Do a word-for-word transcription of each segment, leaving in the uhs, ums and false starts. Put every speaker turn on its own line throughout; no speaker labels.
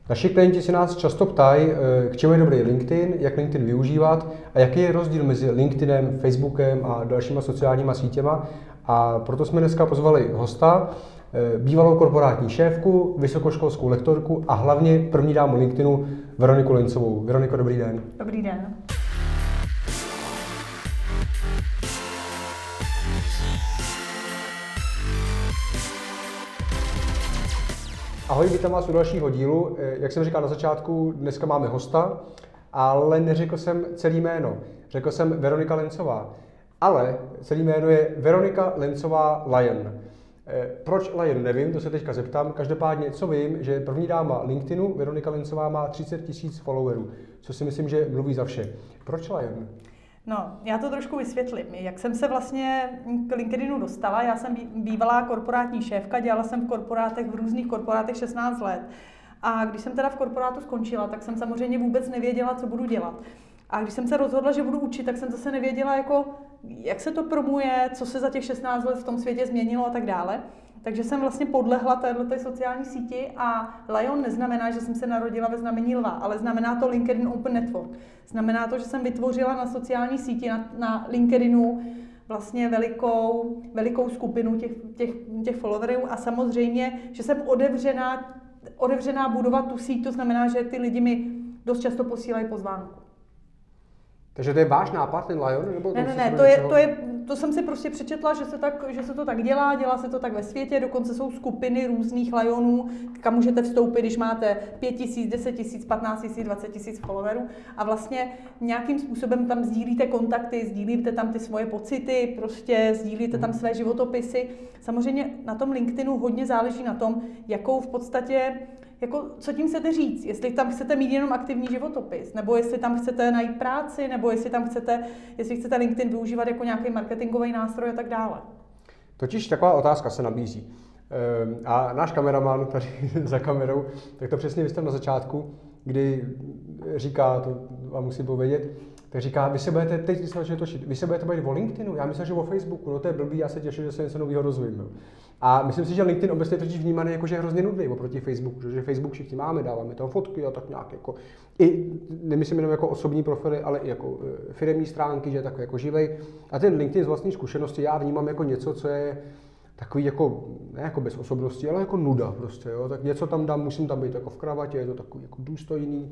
Naši klienti si nás často ptají, k čemu je dobrý LinkedIn, jak LinkedIn využívat a jaký je rozdíl mezi LinkedInem, Facebookem a dalšíma sociálníma sítěma. A proto jsme dneska pozvali hosta, bývalou korporátní šéfku, vysokoškolskou lektorku a hlavně první dámu LinkedInu Veroniku Lincovou. Veroniko, dobrý den.
Dobrý den.
Ahoj, vítám vás u dalšího dílu. Jak jsem říkal na začátku, dneska máme hosta, ale neřekl jsem celý jméno. Řekl jsem Veronika Lincová, ale celý jméno je Veronika Lincová Lion. Proč Lion, nevím, to se teďka zeptám. Každopádně, co vím, že první dáma LinkedInu, Veronika Lincová, má třicet tisíc followerů, co si myslím, že mluví za vše. Proč Lion?
No, já to trošku vysvětlím. Jak jsem se vlastně k LinkedInu dostala, já jsem bývalá korporátní šéfka, dělala jsem v korporátech, v různých korporátech šestnáct let. A když jsem teda v korporátu skončila, tak jsem samozřejmě vůbec nevěděla, co budu dělat. A když jsem se rozhodla, že budu učit, tak jsem zase nevěděla, jako, jak se to promuje, co se za těch šestnáct let v tom světě změnilo a tak dále. Takže jsem vlastně podlehla této sociální síti a Lion neznamená, že jsem se narodila ve znamení lva, ale znamená to LinkedIn Open Network. Znamená to, že jsem vytvořila na sociální síti, na, na LinkedInu vlastně velikou, velikou skupinu těch, těch, těch followerů a samozřejmě, že jsem otevřená, otevřená budovat tu síť, to znamená, že ty lidi mi dost často posílají pozvánku.
Takže to je váš nápad, ten Lion? Nebo
ne, ne, ne, to, je, to, je, to jsem si prostě přečetla, že se, tak, že se to tak dělá, dělá se to tak ve světě, dokonce jsou skupiny různých Lionů, kam můžete vstoupit, když máte pět tisíc, deset tisíc, patnáct tisíc, dvacet tisíc followerů a vlastně nějakým způsobem tam sdílíte kontakty, sdílíte tam ty svoje pocity, prostě sdílíte tam své životopisy. Samozřejmě na tom LinkedInu hodně záleží na tom, jakou v podstatě jako, co tím chcete říct? Jestli tam chcete mít jenom aktivní životopis, nebo jestli tam chcete najít práci, nebo jestli tam chcete, jestli chcete LinkedIn využívat jako nějaký marketingový nástroj a tak dále.
Totiž taková otázka se nabízí. A náš kameraman tady za kamerou, tak to přesně vystav na začátku, kdy říká, to vám musím povědět, tak říká, vy se budete, teď se točit, vy se budete bavit o LinkedInu, já myslím, že o Facebooku, no to je blbý, já se těším, že se něco nového dozvím. A myslím si, že LinkedIn obecně totiž vnímaný jako, že je hrozně nudný oproti Facebooku, že Facebook všichni máme, dáváme tam fotky a tak nějak jako, i nemyslím jenom jako osobní profily, ale i jako firemní stránky, že je takový jako živej. A ten LinkedIn z vlastní zkušenosti já vnímám jako něco, co je takový jako, ne jako bez osobnosti, ale jako nuda prostě, jo, tak něco tam dám, musím tam být jako v kravatě, je to takový jako důstojný.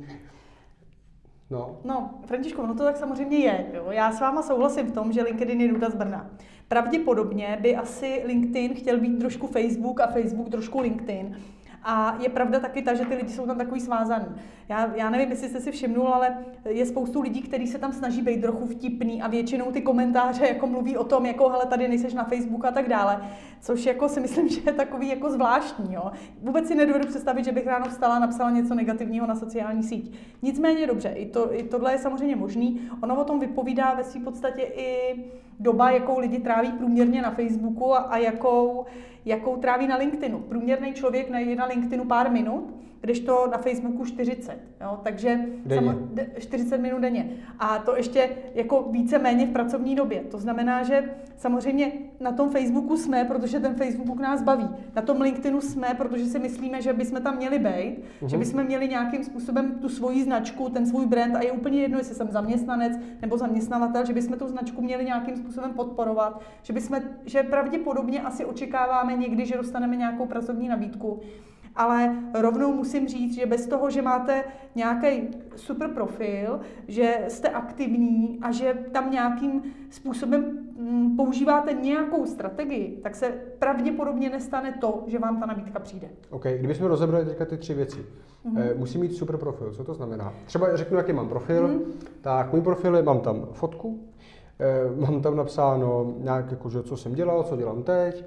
No.
no, Františku, no to tak samozřejmě je. Jo. Já s váma souhlasím v tom, že LinkedIn je nuda z Brna. Pravděpodobně by asi LinkedIn chtěl být trošku Facebook a Facebook trošku LinkedIn. A je pravda taky ta, že ty lidi jsou tam takový svázaný. Já, já nevím, jestli jste si všimnul, ale je spoustu lidí, kteří se tam snaží být trochu vtipný a většinou ty komentáře jako mluví o tom, jako hele, tady nejseš na Facebooku a tak dále. Což jako si myslím, že je takový jako zvláštní. Jo. Vůbec si nedovedu představit, že bych ráno vstala a napsala něco negativního na sociální síť. Nicméně dobře, i, to, i tohle je samozřejmě možný. Ono o tom vypovídá ve své podstatě i doba, jakou lidi tráví průměrně na Facebooku a, a jakou, jakou tráví na LinkedInu. Průměrný člověk je na LinkedInu pár minut, kdežto na Facebooku čtyřicet. Jo? Takže samo, čtyřicet minut denně. A to ještě jako víceméně v pracovní době. To znamená, že samozřejmě na tom Facebooku jsme, protože ten Facebook nás baví. Na tom LinkedInu jsme, protože si myslíme, že bychom tam měli být, uh-huh. že bychom měli nějakým způsobem tu svoji značku, ten svůj brand a je úplně jedno, jestli jsem zaměstnanec nebo zaměstnavatel, že bychom tu značku měli nějakým způsobem podporovat, že bychom, že pravděpodobně asi očekáváme někdy, že dostaneme nějakou pracovní nabídku. Ale rovnou musím říct, že bez toho, že máte nějaký super profil, že jste aktivní a že tam nějakým způsobem používáte nějakou strategii, tak se pravděpodobně nestane to, že vám ta nabídka přijde.
OK, kdybychom rozebrali teďka ty tři věci. Mm-hmm. Musím mít super profil, co to znamená? Třeba řeknu, jaký mám profil, mm-hmm. tak můj profil je, mám tam fotku, mám tam napsáno nějak, jakože, co jsem dělal, co dělám teď,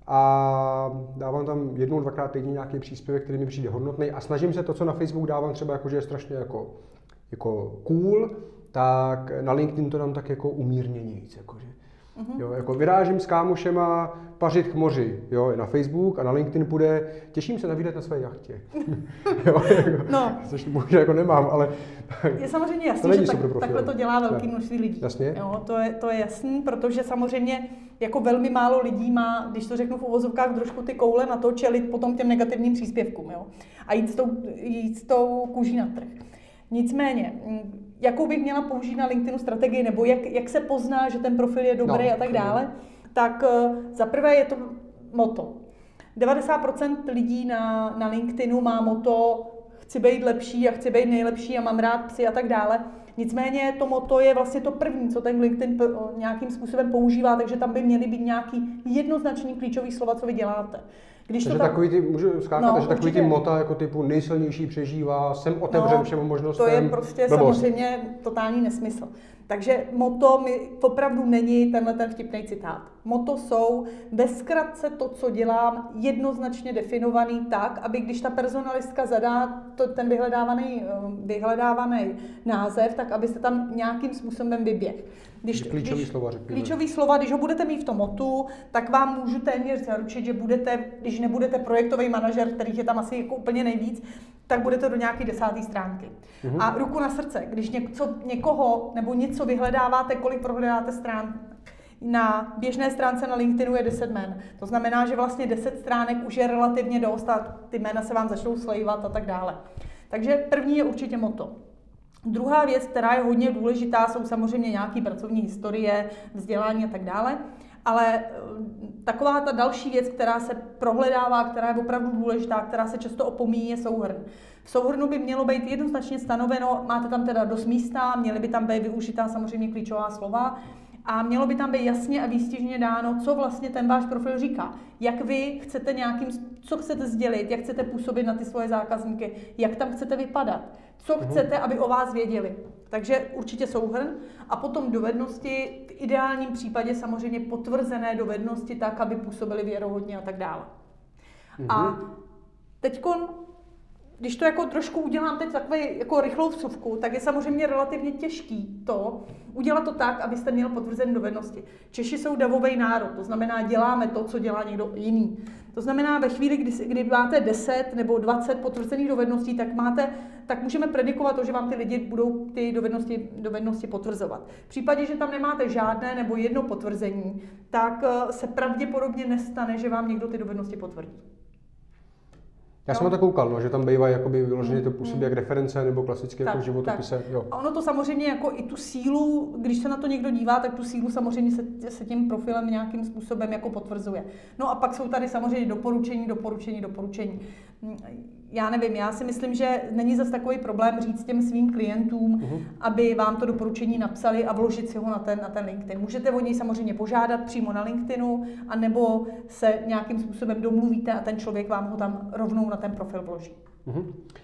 a dávám tam jednou, dvakrát týdně nějaký příspěvek, který mi přijde hodnotný a snažím se to, co na Facebook dávám třeba jako, že je strašně jako, jako cool, tak na LinkedIn to dám tak jako umírněnějíc, jakože. Mm-hmm. Jo, jako vyrážím s kámošema pařit k moři, jo, na Facebook a na LinkedIn půjde, těším se na výlet na své jachtě. Jo, jako, no. Což možná jako nemám, ale
je samozřejmě jasný, že tak, takhle to dělá velké množství lidí.
Jasně.
Jo, to je, to je jasný, protože samozřejmě jako velmi málo lidí má, když to řeknu v uvozovkách, trošku ty koule na to čelit potom těm negativním příspěvkům, jo, a jít s tou, jít s tou kůží na trh. Nicméně, jakou bych měla použít na LinkedInu strategii, nebo jak, jak se pozná, že ten profil je dobrý no, a tak dále, tak uh, za prvé je to motto. devadesát procent lidí na, na LinkedInu má motto chci být lepší a chci být nejlepší a mám rád psy a tak dále. Nicméně to motto je vlastně to první, co ten LinkedIn nějakým způsobem používá, takže tam by měly být nějaký jednoznačný klíčový slova, co vy děláte. Když
takže
to tak...
takový ty, můžu skákat,
no,
takže takový ty mota jako typu nejsilnější přežívá, jsem otevřen
no,
všem možnostem.
To je prostě
blbost.
Samozřejmě totální nesmysl. Takže motto mi opravdu není tenhle ten vtipný citát. Motto jsou ve zkratce to, co dělám, jednoznačně definovaný tak, aby když ta personalistka zadá to, ten vyhledávaný, vyhledávaný název, tak aby se tam nějakým způsobem vyběhl.
Když, klíčový
když,
slova řekněme.
Klíčový slova, když ho budete mít v tom motu, tak vám můžu téměř zaručit, že budete, když nebudete projektový manažer, kterých je tam asi jako úplně nejvíc, tak budete do nějaké desáté stránky. Mm-hmm. A ruku na srdce, když něco, někoho nebo něco vyhledáváte, kolik prohledáte strán, na běžné stránce na LinkedInu je deset jmen. To znamená, že vlastně deset stránek už je relativně dost a ty jména se vám začnou slejvat a tak dále. Takže první je určitě motto. Druhá věc, která je hodně důležitá, jsou samozřejmě nějaké pracovní historie, vzdělání a tak dále, ale taková ta další věc, která se prohledává, která je opravdu důležitá, která se často opomíjí, je souhrn. V souhrnu by mělo být jednoznačně stanoveno, máte tam teda dost místa, měly by tam být využitá samozřejmě klíčová slova, a mělo by tam být jasně a výstižně dáno, co vlastně ten váš profil říká. Jak vy chcete nějakým, co chcete sdělit, jak chcete působit na ty svoje zákazníky, jak tam chcete vypadat, co mm-hmm. chcete, aby o vás věděli. Takže určitě souhrn a potom dovednosti, v ideálním případě samozřejmě potvrzené dovednosti tak, aby působily věrohodně a tak dále. Mm-hmm. A teďkon, když to jako trošku udělám teď takovou jako rychlou vsuvku, tak je samozřejmě relativně těžký to udělat to tak, abyste měl potvrzené dovednosti. Češi jsou davový národ, to znamená děláme to, co dělá někdo jiný. To znamená ve chvíli, kdy, kdy máte deset nebo dvacet potvrzených dovedností, tak máte, tak můžeme predikovat to, že vám ty lidi budou ty dovednosti, dovednosti potvrzovat. V případě, že tam nemáte žádné nebo jedno potvrzení, tak se pravděpodobně nestane, že vám někdo ty dovednosti potvrdí.
Já jsem na to koukal, no, že tam bývají jakoby vyloženě to působí jak reference nebo klasicky
tak,
jako životopise. Jo.
A ono to samozřejmě jako i tu sílu, když se na to někdo dívá, tak tu sílu samozřejmě se, se tím profilem nějakým způsobem jako potvrzuje. No a pak jsou tady samozřejmě doporučení, doporučení, doporučení. Já nevím, já si myslím, že není zas takový problém říct těm svým klientům, uh-huh. aby vám to doporučení napsali a vložit si ho na ten, na ten LinkedIn. Můžete o něj samozřejmě požádat přímo na LinkedInu, anebo se nějakým způsobem domluvíte a ten člověk vám ho tam rovnou na ten profil vloží.
Uh-huh.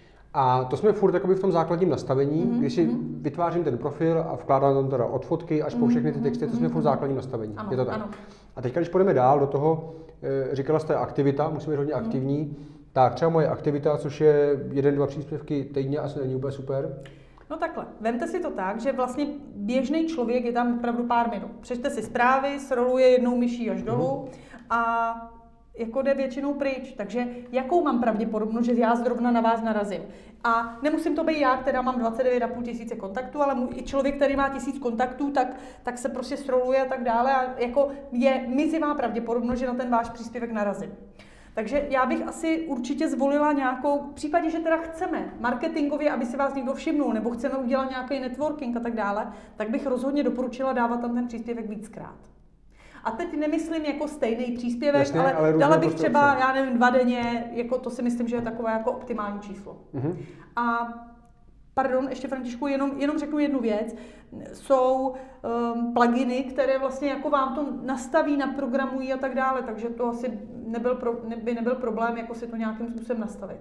A to jsme furt v tom základním nastavení, mm-hmm. když si vytvářím ten profil a vkládám tam teda od fotky až po všechny ty texty, to jsme furt v základním nastavení.
Ano,
je to tak.
Ano.
A teďka, když půjdeme dál do toho, říkala jste aktivita, musíme být hodně mm. aktivní, tak třeba moje aktivita, což je jeden, dva příspěvky týdně, asi není úplně super.
No takhle, vemte si to tak, že vlastně běžný člověk je tam opravdu pár minut. Přečte si zprávy, scrolluje jednou myší až dolů mm. a jako jde většinou pryč, takže jakou mám pravděpodobnost, že já zrovna na vás narazím. A nemusím to být já, která mám dvacet devět a půl tisíce kontaktů, ale i člověk, který má tisíc kontaktů, tak, tak se prostě scrolluje a tak dále a jako je mizivá pravděpodobnost, že na ten váš příspěvek narazím. Takže já bych asi určitě zvolila nějakou, v případě, že teda chceme marketingově, aby si vás někdo všimnul, nebo chceme udělat nějaký networking a tak dále, tak bych rozhodně doporučila dávat tam ten příspěvek víckrát. A teď nemyslím jako stejný příspěvek, Jasně, ale, ale dala bych třeba, já nevím, dva denně, jako to si myslím, že je takové jako optimální číslo. Mm-hmm. A pardon, ještě Františku, jenom, jenom řeknu jednu věc. Jsou um, pluginy, které vlastně jako vám to nastaví, naprogramují a tak dále, takže to asi nebyl pro, ne, by nebyl problém jako si to nějakým způsobem nastavit.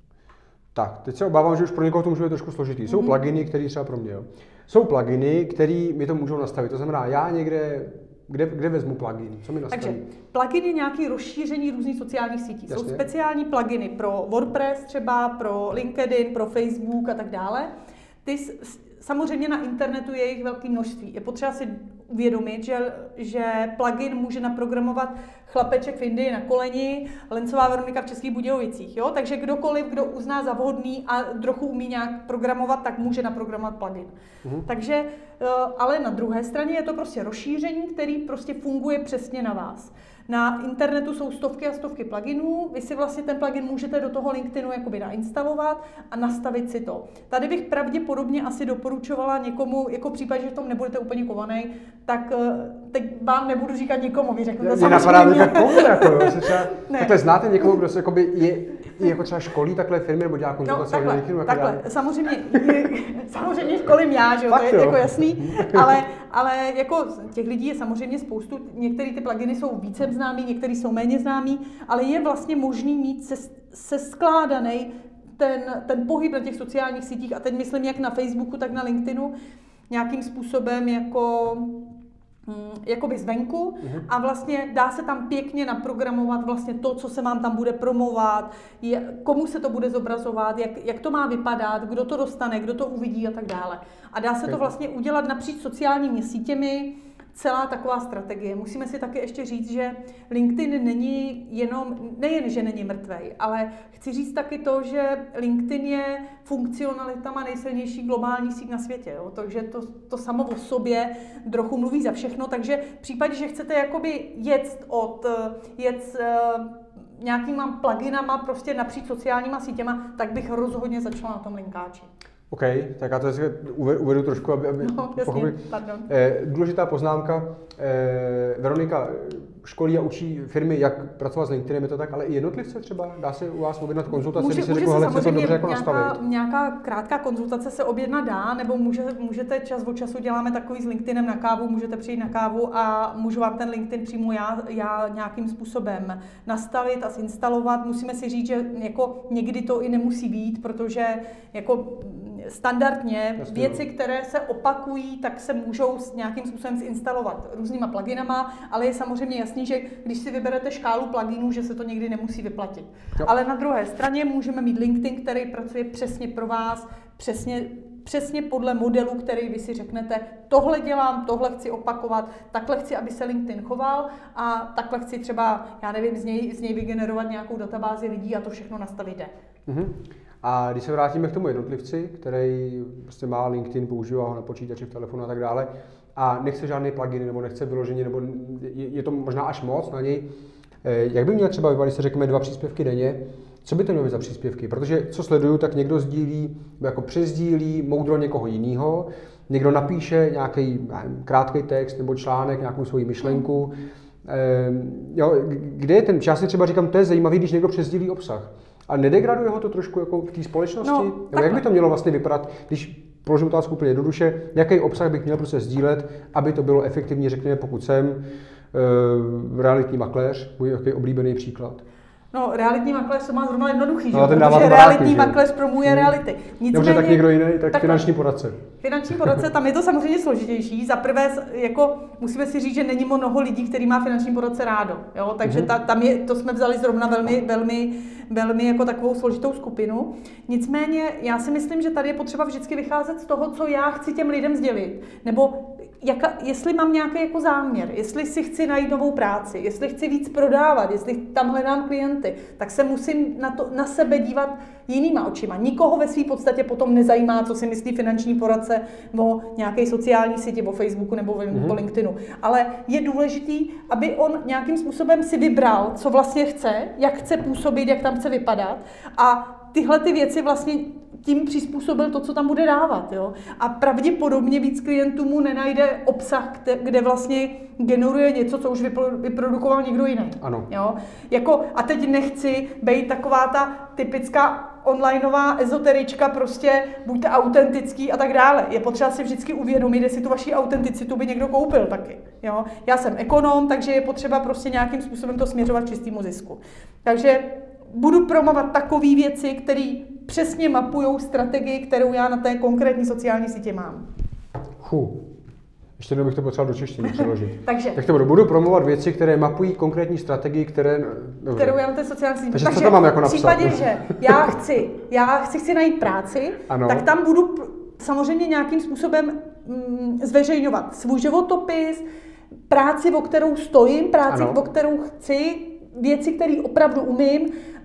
Tak, teď se obávám, že už pro někoho to může být trošku složitý. Jsou mm-hmm. pluginy, které třeba pro mě, jo. Jsou pluginy, které mi to můžou nastavit. To znamená, já někde Kde, kde vezmu plugin? Co mi nastaví? Takže
plugin je nějaké rozšíření různých sociálních sítí. Jasně. Jsou speciální pluginy pro WordPress třeba, pro LinkedIn, pro Facebook a tak dále. Ty samozřejmě na internetu je jich velké množství. Je potřeba si uvědomit, že, že plugin může naprogramovat chlapeček v Indii na koleni, Lencová Veronika v Českých Budějovicích. Jo? Takže kdokoliv, kdo uzná za vhodný a trochu umí nějak programovat, tak může naprogramovat plugin. Mm. Takže, ale na druhé straně je to prostě rozšíření, který prostě funguje přesně na vás. Na internetu jsou stovky a stovky pluginů, vy si vlastně ten plugin můžete do toho LinkedInu jakoby nainstalovat a nastavit si to. Tady bych pravděpodobně asi doporučovala někomu, jako v případě, že v tom nebudete úplně kovaný, tak teď vám nebudu říkat nikomu, vy řeknete
samozřejmě. Mě napadá tak komu, jako jo, třeba, takhle znáte někoho, kdo se jakoby je, je jako třeba školí takhle firmy nebo dělá konzultace
no,
na LinkedInu? Jako
takhle, takhle. samozřejmě, samozřejmě školím já, že jo, to je jo. jako jasný, ale, ale jako těch lidí je samozřejmě spoustu, některé ty pluginy jsou více známý, některý jsou méně známý, ale je vlastně možný mít se, se skládaný ten, ten pohyb na těch sociálních sítích, a teď myslím jak na Facebooku, tak na LinkedInu, nějakým způsobem jako jakoby zvenku a vlastně dá se tam pěkně naprogramovat vlastně to, co se vám tam bude promovat, je, komu se to bude zobrazovat, jak, jak to má vypadat, kdo to dostane, kdo to uvidí a tak dále. A dá se to vlastně udělat napříč sociálními sítěmi, celá taková strategie. Musíme si taky ještě říct, že LinkedIn není jenom, nejen, že není mrtvej, ale chci říct taky to, že LinkedIn je funkcionalitama nejsilnější globální síť na světě. Jo? Takže to, to samo o sobě trochu mluví za všechno, takže v případě, že chcete jakoby jet od, jet uh, nějakýma pluginama prostě napříč sociálníma sítěma, tak bych rozhodně začala na tom linkáči.
OK, tak já to uvedu trošku, aby, aby
no,
pochopili. Eh, důležitá poznámka. Eh, Veronika školí a učí firmy, jak pracovat s LinkedInem, je to tak, ale i jednotlivce třeba? Dá se u vás objednat konzultace,
může,
když se
může
řeknu,
se
hele, to dobře jako
nějaká,
nastavit?
Nějaká krátká konzultace se objednat dá, nebo může, můžete čas od času děláme takový s LinkedInem na kávu, můžete přijít na kávu a můžu vám ten LinkedIn přímo já, já nějakým způsobem nastavit a zinstalovat. Musíme si říct, že jako někdy to i nemusí být, protože jako standardně Jasně, věci, které se opakují, tak se můžou nějakým způsobem zinstalovat různýma pluginama, ale je samozřejmě jasný, že když si vyberete škálu pluginů, že se to někdy nemusí vyplatit. Jo. Ale na druhé straně můžeme mít LinkedIn, který pracuje přesně pro vás, přesně, přesně podle modelu, který vy si řeknete, tohle dělám, tohle chci opakovat, takhle chci, aby se LinkedIn choval a takhle chci třeba, já nevím, z něj, z něj vygenerovat nějakou databázi lidí a to všechno nastavit jde.
Mm-hmm. A když se vrátíme k tomu jednotlivci, který prostě má LinkedIn, používá ho na počítači, v telefonu a tak dále a nechce žádný plugin nebo nechce vyloženě, nebo je, je to možná až moc na něj, jak by měl třeba vypadat, když se řekněme dva příspěvky denně, co by to mělo být za příspěvky? Protože co sleduju, tak někdo sdílí, jako přesdílí moudro někoho jiného, někdo napíše nějaký krátký text nebo článek, nějakou svoji myšlenku. Ehm, jo, kde je ten čas? Já si třeba říkám, to je zajímavý, když někdo přesdílí obsah. A nedegraduje ho to trošku jako v té společnosti?
No,
nebo jak by to mělo vlastně vypadat, když položím otázku úplně jednoduše, jaký obsah bych měl prostě sdílet, aby to bylo efektivní, řekněme, pokud jsem e, realitní makléř, můj takový oblíbený příklad.
No, realitní makléř to má zrovna jednoduchý,
no,
že? Protože realitní
baráky,
makléř promuje hmm. reality.
Nicméně, dobře, tak někdo jiný, tak takhle. Finanční poradce.
Finanční poradce, tam je to samozřejmě složitější. Za prvé, jako, musíme si říct, že není mnoho lidí, který má finanční poradce rádo. Jo? Takže ta, tam je, to jsme vzali zrovna velmi, velmi, velmi jako takovou složitou skupinu. Nicméně, já si myslím, že tady je potřeba vždycky vycházet z toho, co já chci těm lidem sdělit. Nebo jaka, jestli mám nějaký jako záměr, jestli si chci najít novou práci, jestli chci víc prodávat, jestli tam hledám klienty, tak se musím na, to, na sebe dívat jinýma očima. Nikoho ve své podstatě potom nezajímá, co si myslí finanční poradce o nějaké sociální síti, o Facebooku nebo o mm-hmm. LinkedInu. Ale je důležitý, aby on nějakým způsobem si vybral, co vlastně chce, jak chce působit, jak tam chce vypadat a tyhle ty věci vlastně tím přizpůsobil to, co tam bude dávat. Jo? A pravděpodobně víc klientů mu nenajde obsah, kde vlastně generuje něco, co už vyprodukoval někdo jiný.
Ano.
Jo? Jako, a teď nechci být taková ta typická onlineová ezoterička, prostě buďte autentický a tak dále. Je potřeba si vždycky uvědomit, jestli tu vaši autenticitu by někdo koupil taky. Jo? Já jsem ekonom, takže je potřeba prostě nějakým způsobem to směřovat k čistému zisku. Takže budu promovat takové věci, které přesně mapujou strategii, kterou já na té konkrétní sociální sítě mám.
Hu. Ještě jednou bych to potřeboval do češtiny přeložit.
Takže.
Tak to budu. Budu promovat věci, které mapují konkrétní strategii, které... Dobře.
Kterou já na té sociální sítě.
Takže, Takže co tam mám jako napsat?
V případě, že já chci, já chci, chci najít práci, ano. tak tam budu samozřejmě nějakým způsobem mm, zveřejňovat svůj životopis, práci, o kterou stojím, práci, ano. o kterou chci, věci, které opravdu umím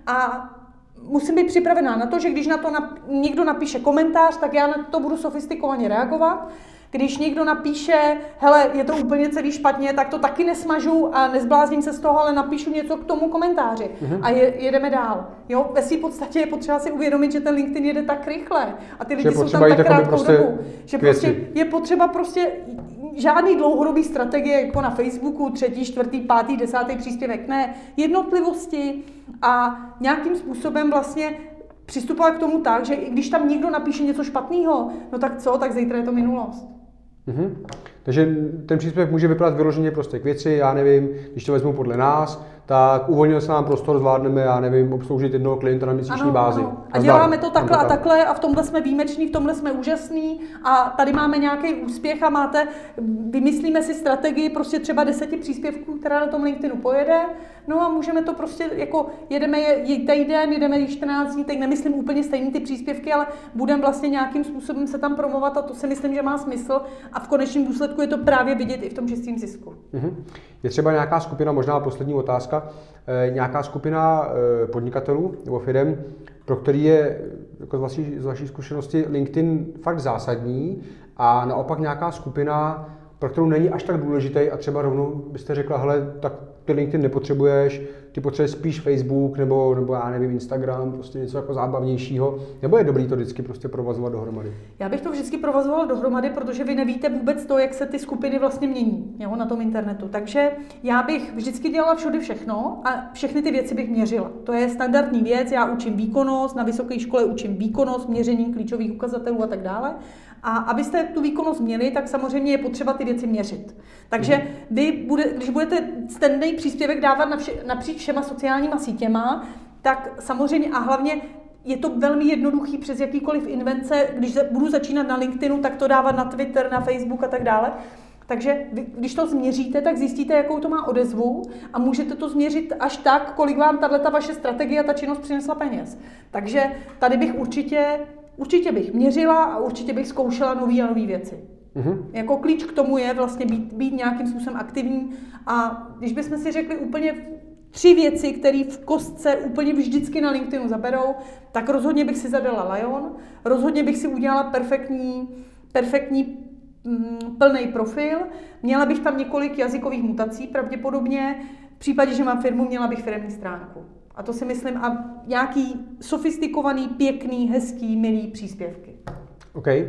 a musím být připravená na to, že když na to nap- někdo napíše komentář, tak já na to budu sofistikovaně reagovat. Když někdo napíše, hele, je to úplně celý špatně, tak to taky nesmažu a nezblázním se z toho, ale napíšu něco k tomu komentáři. Mm-hmm. A je, jedeme dál. Jo, ve své podstatě je potřeba si uvědomit, že ten LinkedIn jede tak rychle a ty lidi jsou tam tak krátkou prostě dobu, že prostě je potřeba prostě žádný dlouhodobý strategie jako na Facebooku, třetí, čtvrtý, pátý, desátý příspěvek, ne, jednotlivosti a nějakým způsobem vlastně přistupovat k tomu tak, že i když tam někdo napíše něco špatného, no tak co, tak zítra je to minulost.
Mm-hmm. Takže ten příspěvek může vypadat vyloženě prostě k věci, já nevím, když to vezmu podle nás, tak uvolnil se nám prostor, zvládneme, já nevím, obsloužit jednoho klienta na měsíční bázi.
Ano. A děláme to takhle a takhle a v tomhle jsme výjimeční, v tomhle jsme úžasní a tady máme nějaký úspěch a máte, vymyslíme si strategii prostě třeba deseti příspěvků, která na tom LinkedInu pojede, no a můžeme to prostě jako, jedeme je týden, jedeme je čtrnáct dní, teď nemyslím úplně stejný ty příspěvky, ale budeme vlastně nějakým způsobem se tam promovat a to si myslím, že má smysl a v konečném důsledku je to právě vidět i v tom čistém zisku.
Mm-hmm. Je třeba nějaká skupina, možná poslední otázka, eh, nějaká skupina eh, podnikatelů nebo firem, pro který je jako z vaší, z vaší zkušenosti LinkedIn fakt zásadní a naopak nějaká skupina, pro kterou není až tak důležitý a třeba rovnou byste řekla, hele, tak ty LinkedIn nepotřebuješ, ty potřebuješ spíš Facebook nebo, nebo já nevím, Instagram, prostě něco jako zábavnějšího, nebo je dobrý to vždycky prostě provazovat dohromady?
Já bych to vždycky provazovala dohromady, protože vy nevíte vůbec to, jak se ty skupiny vlastně mění, jo, na tom internetu. Takže já bych vždycky dělala všude všechno a všechny ty věci bych měřila. To je standardní věc, já učím výkonnost, na vysoké škole učím výkonnost, měření klíčových ukazatelů a tak dále. A abyste tu výkonnost měli, tak samozřejmě je potřeba ty věci měřit. Takže vy, bude, když budete stejný příspěvek dávat na vše, napříč všema sociálníma sítěma, tak samozřejmě a hlavně je to velmi jednoduchý přes jakýkoliv invence, když budu začínat na LinkedInu, tak to dávat na Twitter, na Facebook a tak dále. Takže vy, když to změříte, tak zjistíte, jakou to má odezvu a můžete to změřit až tak, kolik vám tato vaše strategie a ta činnost přinesla peněz. Takže tady bych určitě Určitě bych měřila a určitě bych zkoušela nový a nový věci. Mm-hmm. Jako klíč k tomu je vlastně být, být nějakým způsobem aktivní a když bychom si řekli úplně tři věci, které v kostce úplně vždycky na LinkedInu zaberou, tak rozhodně bych si zadala Lion, rozhodně bych si udělala perfektní, perfektní mm, plný profil, měla bych tam několik jazykových mutací pravděpodobně, v případě, že mám firmu, měla bych firemní stránku. A to si myslím, a nějaký sofistikovaný, pěkný, hezký, milý příspěvky.
OK. E,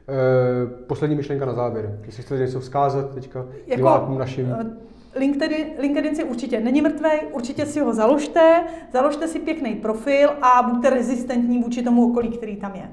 poslední myšlenka na závěr. Jestli chcete něco vzkázat teďka
jako,
divákům našim.
LinkedIn, LinkedIn si určitě není mrtvej, určitě si ho založte, založte si pěkný profil a buďte rezistentní vůči tomu okolí, který tam je.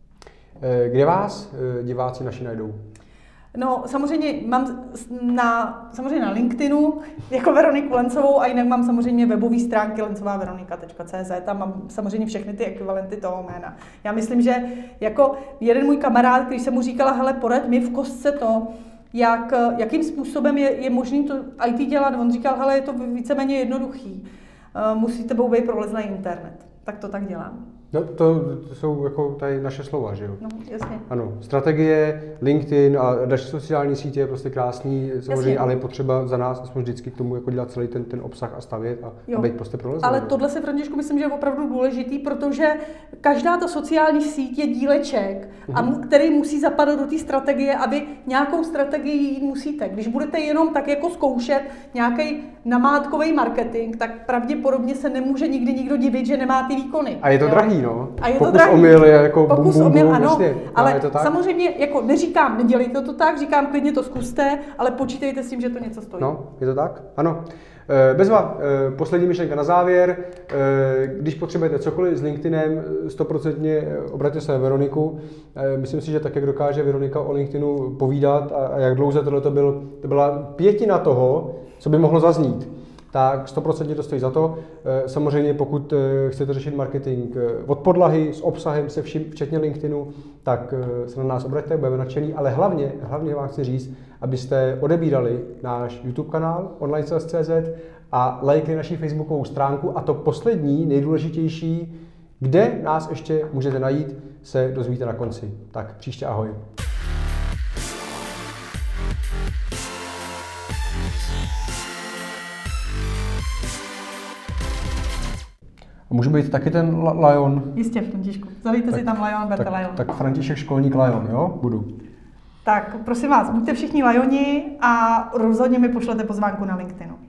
E, kde vás diváci naši najdou?
No, samozřejmě mám na, samozřejmě na LinkedInu jako Veroniku Lencovou a jinak mám samozřejmě webové stránky lencová veronika tečka cé zet, tam mám samozřejmě všechny ty ekvivalenty toho jména. Já myslím, že jako jeden můj kamarád, když jsem mu říkala, hele, poraď mi v kostce to, jak, jakým způsobem je, je možné to í té dělat, on říkal, hele, je to víceméně jednoduchý, musíte být prolezlý internet. Tak to tak dělám.
No, to, to jsou jako tady naše slova, že jo?
No, jasně.
Ano, strategie, LinkedIn a další sociální sítě je prostě krásný, samozřejmě, jasně. Ale je potřeba za nás aspoň vždycky k tomu jako dělat celý ten, ten obsah a stavět a, a být prostě prolezlý.
Ale tohle si, Františku, myslím, že je opravdu důležitý, protože každá ta sociální síť je díleček, mm-hmm. a který musí zapadat do té strategie a vy nějakou strategii jít musíte. Když budete jenom tak jako zkoušet nějaký namátkový marketing, tak pravděpodobně se nemůže nikdy nikdo divit, že nemá ty výkony.
A je to jo? drahý, no.
A je
Pokus
to drahý.
omyl je jako
Pokus
bum, bum,
omyl,
bum,
ano,
vlastně.
ale
je to tak?
samozřejmě jako neříkám, nedělejte to tak, říkám, klidně to zkuste, ale počítejte s tím, že to něco stojí.
No, je to tak? Ano. Bezva, poslední myšlenka na závěr. Když potřebujete cokoliv s LinkedInem, stoprocentně obraťte se na Veroniku. Myslím si, že tak, jak dokáže Veronika o LinkedInu povídat a jak dlouze tohle to, byl, to byla pětina toho, co by mohlo zaznít, tak stoprocentně to stojí za to. Samozřejmě pokud chcete řešit marketing od podlahy, s obsahem, se vším, včetně LinkedInu, tak se na nás obraťte, budeme nadšený, ale hlavně, hlavně vám chci říct, abyste odebírali náš YouTube kanál online sales tečka cé zet a lajkli naši facebookovou stránku a to poslední, nejdůležitější, kde nás ještě můžete najít, se dozvíte na konci. Tak příště ahoj. A může být taky ten la- Lion?
Jistě, Františku. Zalejte si tam Lion, berte
tak,
Lion.
Tak František Školník Lion, jo? Budu.
Tak prosím vás, buďte všichni Lioni a rozhodně mi pošlete pozvánku na LinkedInu.